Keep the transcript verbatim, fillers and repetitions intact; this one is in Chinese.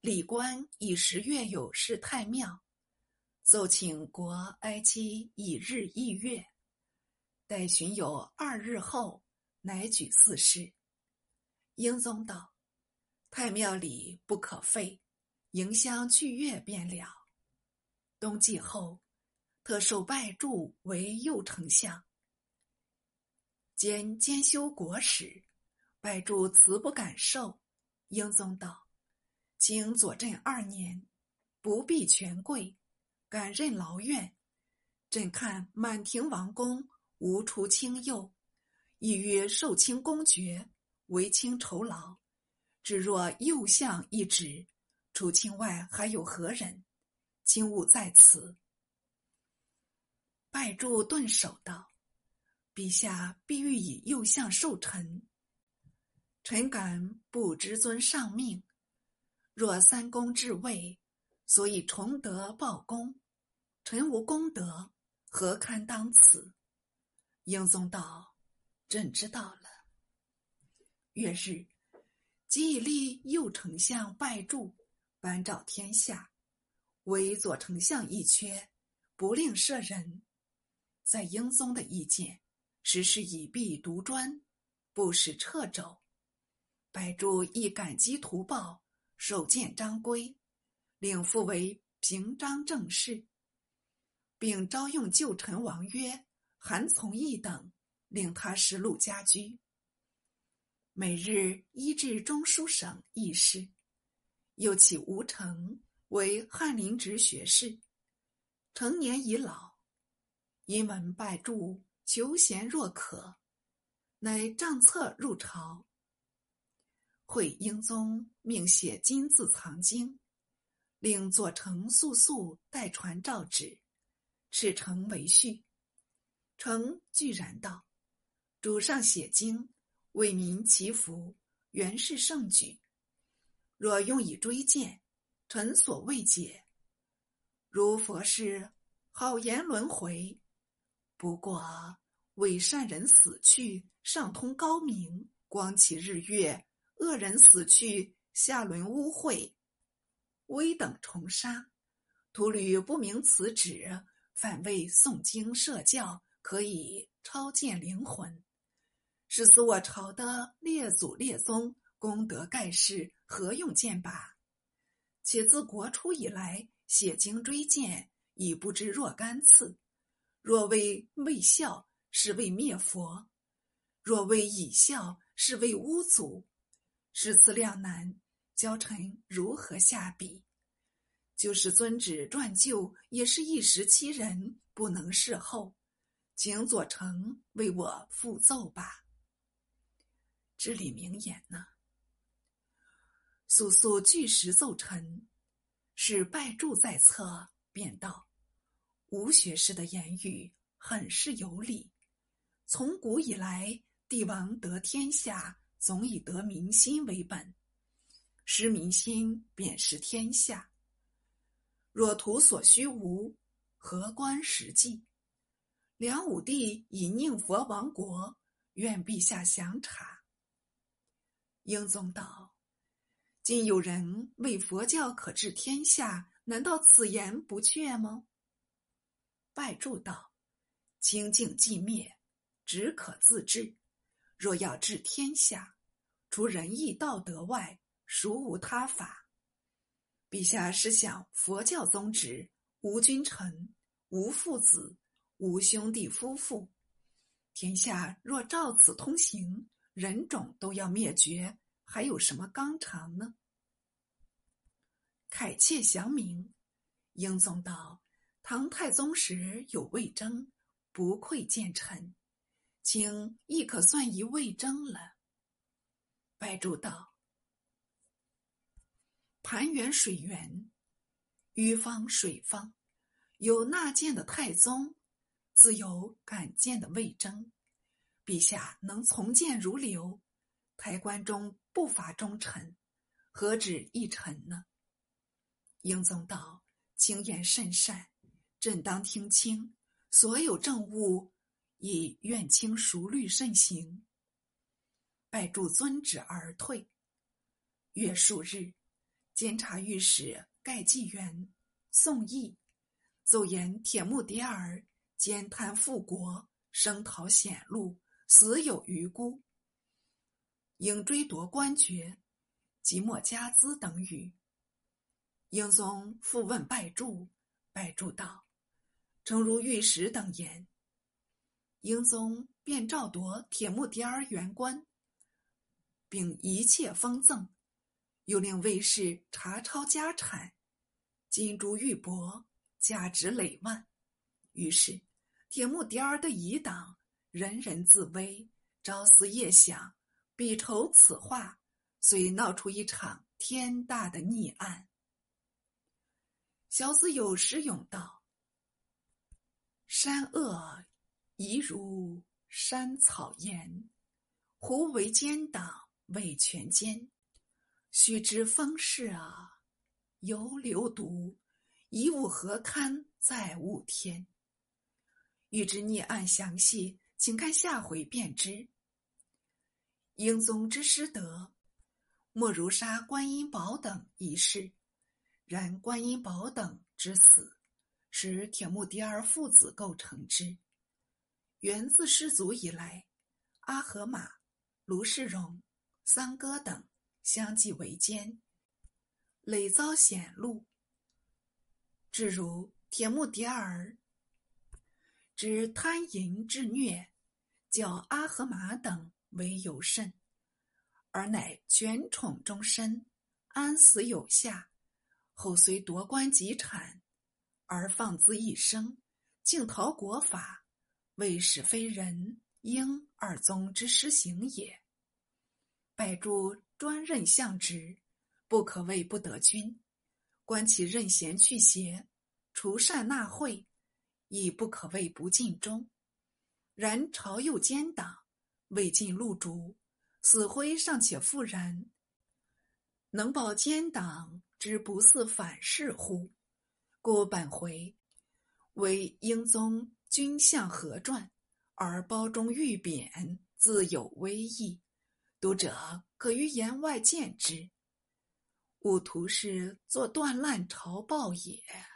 礼官以时月有事太庙，奏请国哀期以日议月，待旬有二日后，乃举四事。英宗道：太庙礼不可废，迎香去月便了。冬季后，特授拜祝为右丞相，兼兼修国史。拜祝辞不敢受。英宗道：经左镇二年，不避权贵，敢任劳院。朕看满庭王公无除卿幼，意欲受卿公爵，为卿酬劳。只若右相一职，除卿外还有何人？卿勿在此。拜祝顿首道：陛下必欲以右相受臣，臣敢不知遵上命。若三公至位，所以崇德报功，臣无功德，何堪当此？英宗道：朕知道了。月日，即以立右丞相拜祝，颁诏天下，唯左丞相一缺，不令设人。在英宗的意见，实是以弊独专，不使掣肘。拜祝亦感激图报，手见章规，领复为平章政事，并招用旧臣王约、韩从义等，令他实录家居。每日医治中书省议事，又起吴成为翰林职学士，成年已老，因闻拜祝求贤若渴，乃杖册入朝。会英宗命写金字藏经，令左丞速速代传诏旨，敕呈为序。丞居然道：主上写经，为民祈福，原是圣举。若用以追荐，臣所未解。如佛事好言轮回，不过为善人死去，上通高明，光启日月；恶人死去，下沦污秽，微等重杀。徒履不明此旨，反为诵经摄教，可以超荐灵魂。是死我朝的列祖列宗，功德盖世，何用荐拔？且自国初以来，写经追荐，已不知若干次。若为为孝，是为灭佛；若为以孝，是为污祖。是此两难，教臣如何下笔？就是遵旨撰就，也是一时欺人，不能事后。请左丞为我复奏吧。至理名言呢。速速据实奏臣，使拜祝在侧，便道：吴学士的言语很是有理。从古以来，帝王得天下，总以得民心为本，失民心便失天下。若图所虚无，何关实际？梁武帝以宁佛亡国，愿陛下详察。英宗道：今有人为佛教可治天下，难道此言不确吗？拜祝道：清净寂灭，只可自治。若要治天下，除仁义道德外，孰无他法？陛下实想佛教宗旨，无君臣，无父子，无兄弟夫妇。天下若照此通行，人种都要灭绝，还有什么纲常呢？慨切详明。英宗道：唐太宗时有魏征，不愧谏臣，请亦可算一魏征了。拜祝道：盘源水源，淤方水方，有纳谏的太宗，自有敢谏的魏征。陛下能从谏如流，台官中不乏忠臣，何止一臣呢？英宗道：卿言甚善，朕当听卿，所有政务以愿卿熟虑慎行。拜祝遵旨而退。约数日， 监察御史盖纪元、宋义奏言铁木迭儿奸贪附国，声讨显露，死有余辜，应追夺官爵，即墨家资等语。英宗复问拜注，拜注道：诚如御史等言。英宗便诏夺铁木迭儿原官，并一切封赠，又令卫士查抄家产，金珠玉帛，价值累万。于是铁木迭儿的遗党人人自危，朝思夜想，笔筹此化，遂闹出一场天大的逆案。小子有诗咏道：山恶宜如山草岩，胡为奸党为权奸。须知风势啊，犹流毒，一物何堪再物天。欲知逆案详细，请看下回便知。英宗之失德，莫如杀观音宝等一事，然观音宝等之死，使铁木迭儿父子构成之。源自世祖以来，阿合马、卢世荣、桑哥等相继为奸，累遭显露。至如铁木迭儿之贪淫至虐，较阿合马等为尤甚，而乃权宠终身，安死有下，后虽夺官及产，而放恣一生，竟逃国法，为使非人应二宗之失行也。拜注专任相职，不可谓不得君，观其任贤去邪，除善纳贿，亦不可谓不尽忠。然朝右奸党，未尽禄主，死灰尚且复然，能保奸党之不似反噬乎？故本回为英宗君相合传，而褒忠御贬，自有微异，读者可于言外见之，勿图是作断烂朝报也。